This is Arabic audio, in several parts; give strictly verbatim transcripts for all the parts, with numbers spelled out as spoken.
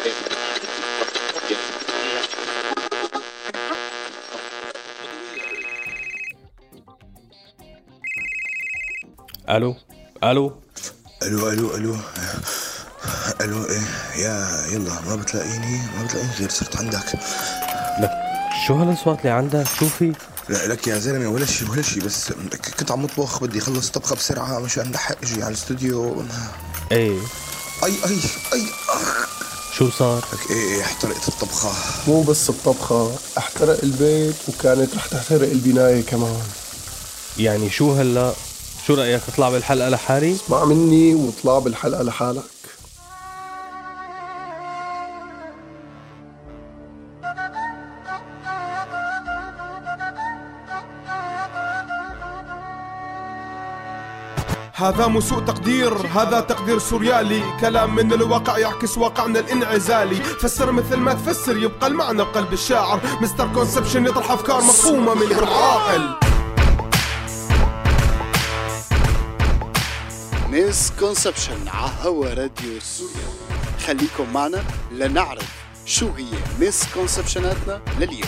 الو الو الو الو الو الو ايه يا يلا ما بتلاقيني ما بتلاقيني غير صرت عندك. لك شو هالاصوات اللي عندك؟ شو في؟ لا لك يا زلمه ولا شيء ولا شيء، بس كنت عم اطبخ بدي اخلص طبخه بسرعه مشان نلحق اجي على الاستوديو. ايه اي اي اي اخ شو صار؟ لك ايه ايه احترقت الطبخه. مو بس الطبخه، احترق البيت وكانت رح تحترق البنايه كمان. يعني شو هلا؟ شو رأيك تطلع بالحلقة لحالي؟ اسمع مني واطلع بالحلقة لحالك. هذا مو سوء تقدير، هذا تقدير سوريالي، كلام من الواقع يعكس واقعنا الانعزالي. فسر مثل ما تفسر يبقى المعنى بقلب الشاعر. مستر كونسبشن يطرح افكار مفهومة من غير عاقل. مسكونسبشن على هوا راديو سوريا. خليكم معنا لنعرف شو هي مسكونسبشناتنا لليوم.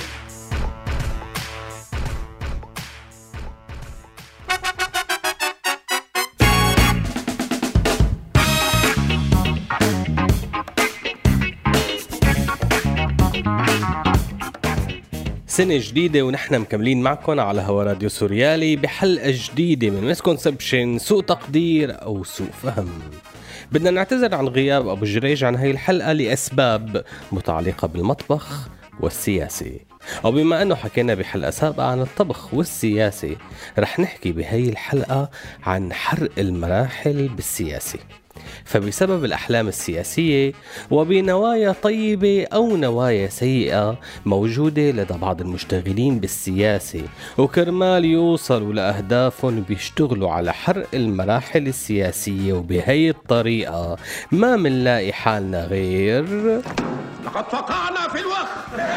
سنة جديدة ونحن مكملين معكم على هوا راديو سوريالي بحلقة جديدة من مسكونسبشن، سوء تقدير أو سوء فهم. بدنا نعتذر عن غياب أبو جريج عن هاي الحلقة لأسباب متعلقة بالمطبخ والسياسة، وبما أنه حكينا بحلقة سابقة عن الطبخ والسياسة رح نحكي بهاي الحلقة عن حرق المراحل بالسياسة. فبسبب الأحلام السياسية وبنوايا طيبة أو نوايا سيئة موجودة لدى بعض المشتغلين بالسياسة، وكرمال يوصلوا لأهدافهم بيشتغلوا على حرق المراحل السياسية، وبهي الطريقة ما منلاقي حالنا غير لقد فقعنا في الوخ،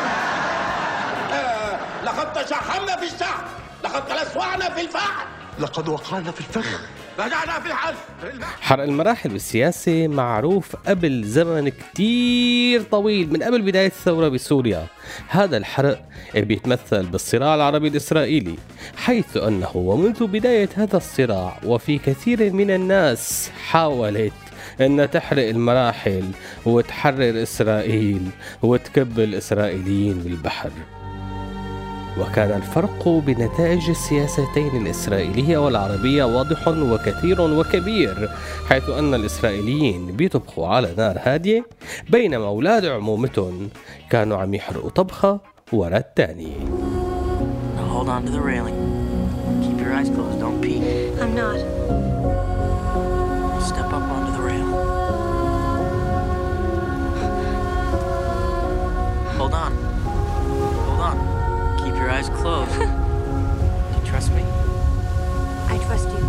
لقد تشحمنا في الشعب، لقد تلسوعنا في الفحم، لقد وقعنا في الفخ، رجعنا في الحل. حرق المراحل بالسياسة معروف قبل زمن كتير طويل، من قبل بداية الثورة بسوريا. هذا الحرق بيتمثل بالصراع العربي الإسرائيلي، حيث أنه ومنذ بداية هذا الصراع وفي كثير من الناس حاولت أن تحرق المراحل وتحرر إسرائيل وتكب الإسرائيليين بالبحر. وكان الفرق بنتائج السياستين الإسرائيلية والعربية واضح وكثير وكبير، حيث أن الإسرائيليين بيطبخوا على نار هادية، بينما أولاد عمومتهم كانوا عم يحرقوا طبخة ورا التاني. Hold on to the railing. Keep your eyes closed. Don't peek. I'm not. Step up onto the rail. Hold on. Hold on. Keep your eyes closed. Do you trust me? I trust you.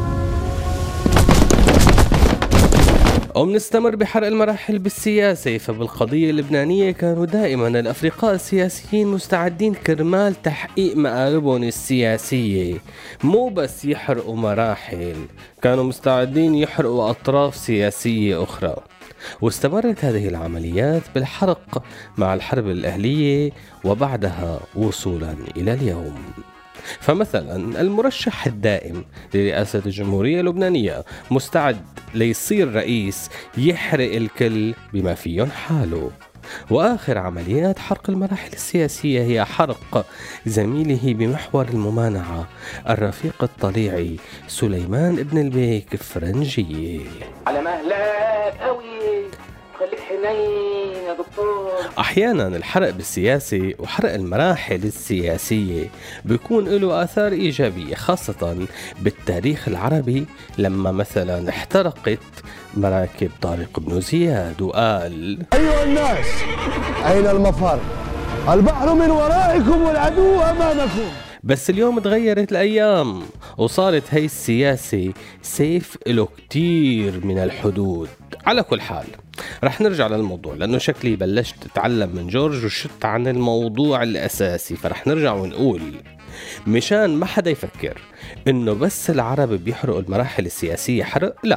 ومنستمر بحرق المراحل بالسياسة. فبالقضية اللبنانية كانوا دائما الأفرقاء السياسيين مستعدين كرمال تحقيق مآربهم السياسية، مو بس يحرقوا مراحل، كانوا مستعدين يحرقوا أطراف سياسية أخرى. واستمرت هذه العمليات بالحرق مع الحرب الأهلية وبعدها وصولا إلى اليوم. فمثلا المرشح الدائم لرئاسة الجمهورية اللبنانية مستعد ليصير رئيس يحرق الكل بما فيهم حاله. وآخر عمليات حرق المراحل السياسية هي حرق زميله بمحور الممانعة الرفيق الطليعي سليمان ابن البيك فرنجية. على مهلك قوي، خليك حنين يا دكتور. أحيانا الحرق بالسياسة وحرق المراحل السياسية بيكون له آثار إيجابية، خاصة بالتاريخ العربي لما مثلا احترقت مراكب طارق بن زياد وقال: أيها الناس، أين المفر؟ البحر من ورائكم والعدو أمامكم. بس اليوم تغيرت الأيام وصارت هاي السياسة سيف له كتير من الحدود. على كل حال رح نرجع للموضوع، لأنه شكلي بلشت أتعلم من جورج وشت عن الموضوع الأساسي. فرح نرجع ونقول مشان ما حدا يفكر إنه بس العرب بيحرقوا المراحل السياسية حرق، لا،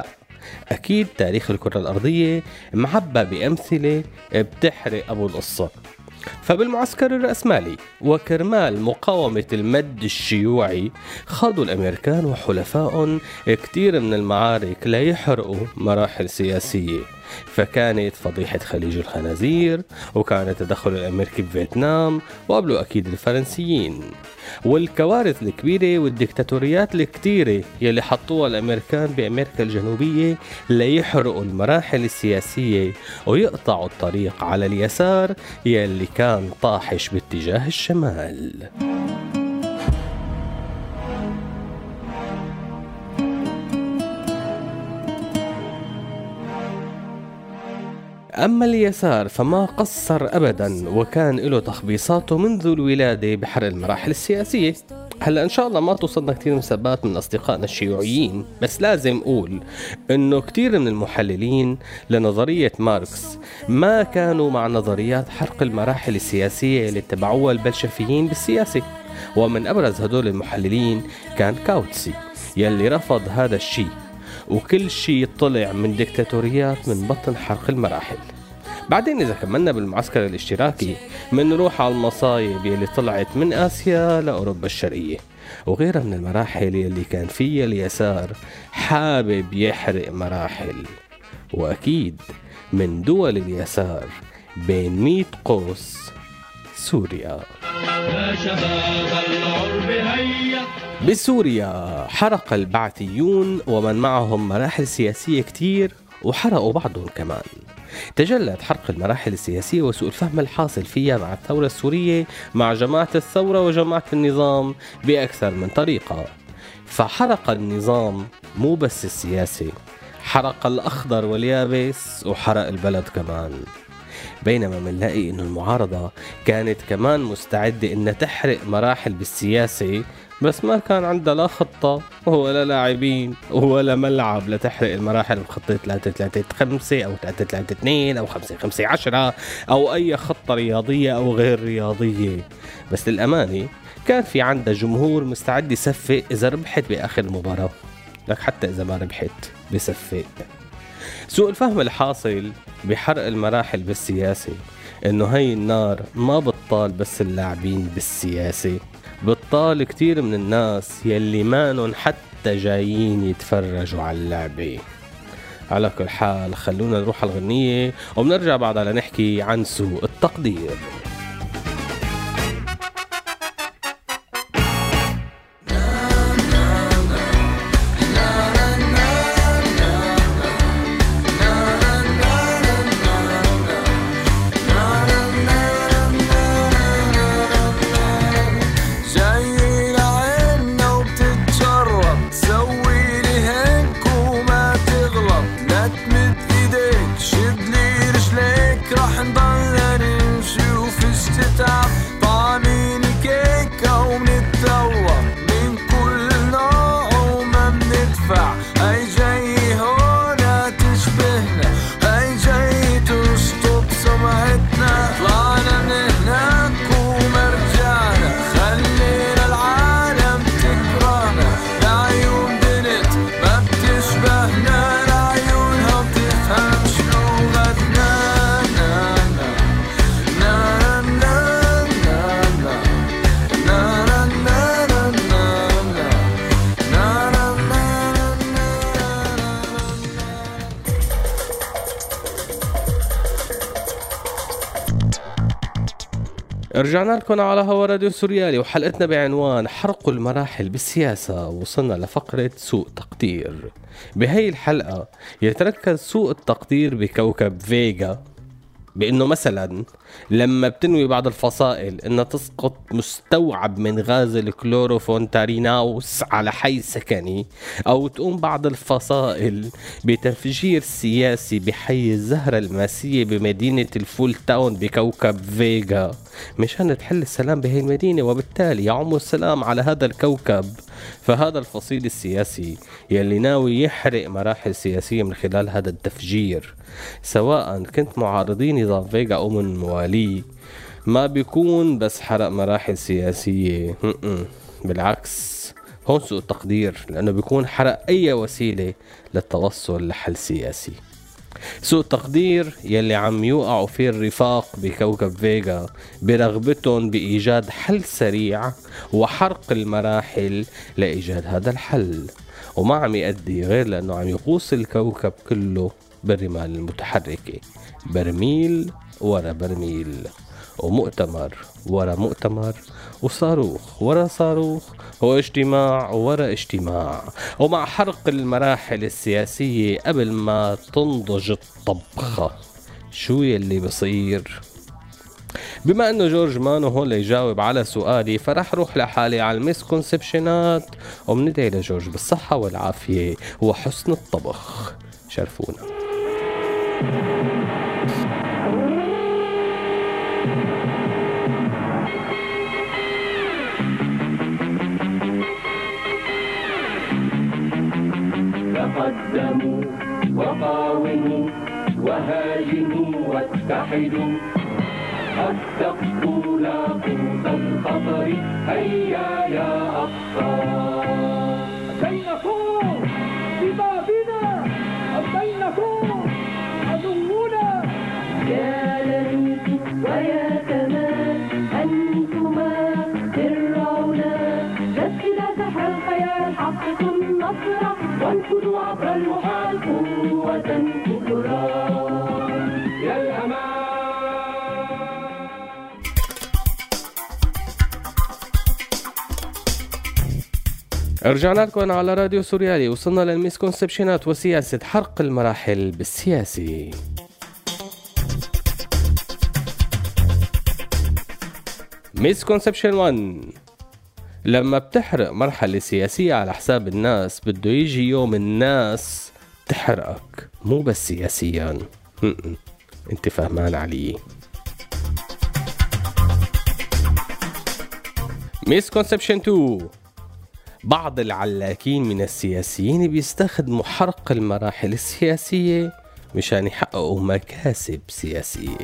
أكيد تاريخ الكرة الأرضية معبى بأمثلة بتحرق أبو القصة. فبالمعسكر الرأسمالي وكرمال مقاومة المد الشيوعي خاضوا الأمريكان وحلفائهم كتير من المعارك ليحرقوا مراحل سياسية، فكانت فضيحة خليج الخنازير، وكان التدخل الأمريكي بفيتنام، وقبله أكيد الفرنسيين، والكوارث الكبيرة والديكتاتوريات الكتيرة يلي حطوها الأمريكان بأمريكا الجنوبية ليحرقوا المراحل السياسية ويقطعوا الطريق على اليسار يلي كان طاحش باتجاه الشمال. أما اليسار فما قصر أبدا، وكان له تخبيصاته منذ الولادة بحرق المراحل السياسية. هلأ إن شاء الله ما توصلنا كتير مسابات من أصدقائنا الشيوعيين، بس لازم أقول إنه كتير من المحللين لنظرية ماركس ما كانوا مع نظريات حرق المراحل السياسية اللي اتبعوها البلشفيين بالسياسة. ومن أبرز هدول المحللين كان كاوتسي يلي رفض هذا الشيء، وكل شيء طلع من ديكتاتوريات من بطن حرق المراحل. بعدين إذا كملنا بالمعسكر الاشتراكي منروح على المصايب يلي طلعت من آسيا لأوروبا الشرقية وغيرها من المراحل يلي كان فيها اليسار حابب يحرق مراحل. وأكيد من دول اليسار بين مئة قوس سوريا. يا شباب العرب هيا. بسوريا حرق البعثيون ومن معهم مراحل سياسية كتير، وحرقوا بعضهم كمان. تجلت حرق المراحل السياسية وسوء الفهم الحاصل فيها مع الثورة السورية مع جماعة الثورة وجماعة النظام بأكثر من طريقة. فحرق النظام مو بس السياسي، حرق الأخضر واليابس وحرق البلد كمان. بينما منلاقي إنه المعارضة كانت كمان مستعدة إنها تحرق مراحل بالسياسة، بس ما كان عندها لا خطة ولا لاعبين ولا ملعب لتحرق المراحل بخطة ثلاثة ثلاثة خمسة أو ثلاثة ثلاثة اثنين أو خمسة خمسة عشرة أو أي خطة رياضية أو غير رياضية. بس للأمانة كان في عندها جمهور مستعد يصفق إذا ربحت بآخر المباراة، لك حتى إذا ما ربحت بصفق. سوء الفهم الحاصل بحرق المراحل بالسياسة إنه هاي النار ما بتطال بس اللاعبين بالسياسة، بتطال كتير من الناس يلي مانن حتى جايين يتفرجوا على اللعبة. على كل حال خلونا نروح على الغنية وبنرجع بعدها لنحكي عن سوء التقدير. رجعنا لكم على هوا راديو سوريالي وحلقتنا بعنوان حرق المراحل بالسياسة. وصلنا لفقرة سوء تقدير. بهاي الحلقة يتركز سوء التقدير بكوكب فيغا، بأنه مثلا لما بتنوي بعض الفصائل أنها تسقط مستوعب من غاز الكلوروفونتاريناوس على حي سكني، أو تقوم بعض الفصائل بتفجير سياسي بحي الزهرة الماسية بمدينة الفول تاون بكوكب فيغا مشان تحل السلام بهي المدينة وبالتالي يعم السلام على هذا الكوكب. فهذا الفصيل السياسي يلي ناوي يحرق مراحل سياسية من خلال هذا التفجير، سواء كنت معارضين نظام فيغا أو من مواليه، ما بيكون بس حرق مراحل سياسية، بالعكس هون سوء التقدير، لأنه بيكون حرق أي وسيلة للتوصل لحل سياسي. سوء التقدير يلي عم يوقعوا فيه الرفاق بكوكب فيغا برغبتهم بإيجاد حل سريع وحرق المراحل لإيجاد هذا الحل، وما عم يؤدي غير لأنه عم يغوص الكوكب كله بالرمال المتحركة، برميل ورا برميل، ومؤتمر ورا مؤتمر، وصاروخ ورا صاروخ، واجتماع ورا اجتماع، ومع حرق المراحل السياسية قبل ما تنضج الطبخة. شو يلي بصير؟ بما انه جورج مانو هون ليجاوب على سؤالي، فرح روح لحالي على المسكونسبشنات، ومندعي لجورج بالصحة والعافية وحسن الطبخ. شرفونا. تقدموا وقاوموا وهاجموا واتحدوا قد تقتلوا ناقوس الخطر. هيا يا أبطال بينكم ببابنا بينكم عدونا. يا ليت ويا كمال أنتما ترعونا، نسل سحر الخيال حقكم نصرا وانفذوا عبر المحال قوة كبرى. يا الأمان. رجعنا لكم على راديو سوريالي. وصلنا للمسكونسبشنات وسياسة حرق المراحل بالسياسي. مسكونسبشن واحد: لما بتحرق مرحلة سياسية على حساب الناس بده يجي يوم الناس تحرقك، مو بس سياسيا. انت فهمان علي. مسكونسبشن اثنين: بعض العلاكين من السياسيين بيستخدموا حرق المراحل السياسية مشان يحققوا مكاسب سياسية.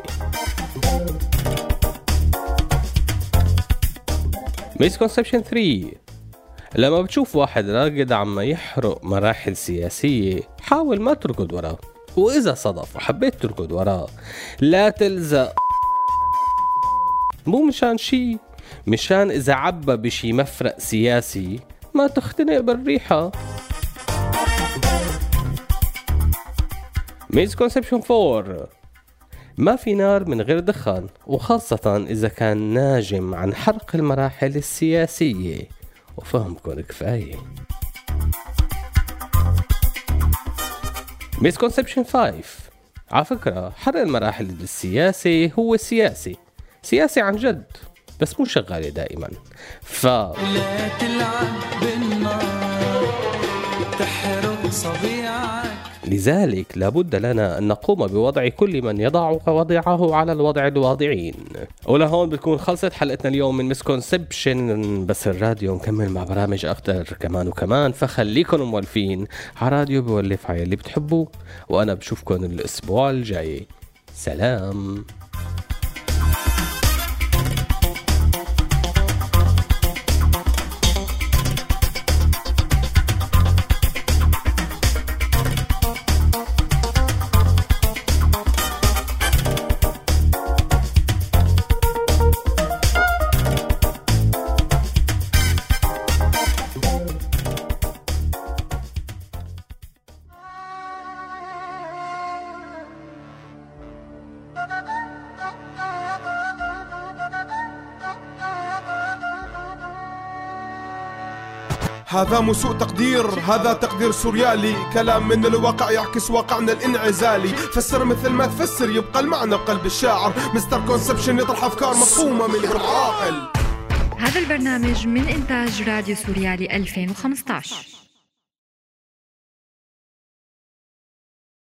مسكونسبشن ثلاثة: لما بتشوف واحد راقد عم يحرق مراحل سياسية حاول ما تركض وراه، وإذا صدف وحبيت تركض وراه لا تلزق، مو مشان شي، مشان إذا عبى بشي مفرق سياسي ما تختنق بالريحة. مسكونسبشن أربعة: ما في نار من غير دخان، وخاصة إذا كان ناجم عن حرق المراحل السياسية، وفهمكم كفاية. مسكونسبشن خمسة: على فكرة حرق المراحل السياسي هو سياسي سياسي عن جد، بس مو شغالة دائما. ف لا تلعب بالنار تحرق صبيعك. لذلك لابد لنا أن نقوم بوضع كل من يضع وضعه على الوضع الواضعين. ولهون بتكون خلصت حلقتنا اليوم من مسكونسبشن، بس الراديو مكمل مع برامج أكتر كمان وكمان، فخليكن مولفين على راديو بولف على اللي بتحبوه، وأنا بشوفكن الأسبوع الجاي. سلام. هذا مو سوء تقدير، هذا تقدير سوريالي، كلام من الواقع يعكس واقعنا الانعزالي. فسر مثل ما تفسر يبقى المعنى بقلب الشاعر. مستر كونسبشن يطرح افكار مفهومه من العاقل. هذا البرنامج من انتاج راديو سوريالي ألفين وخمسة عشر.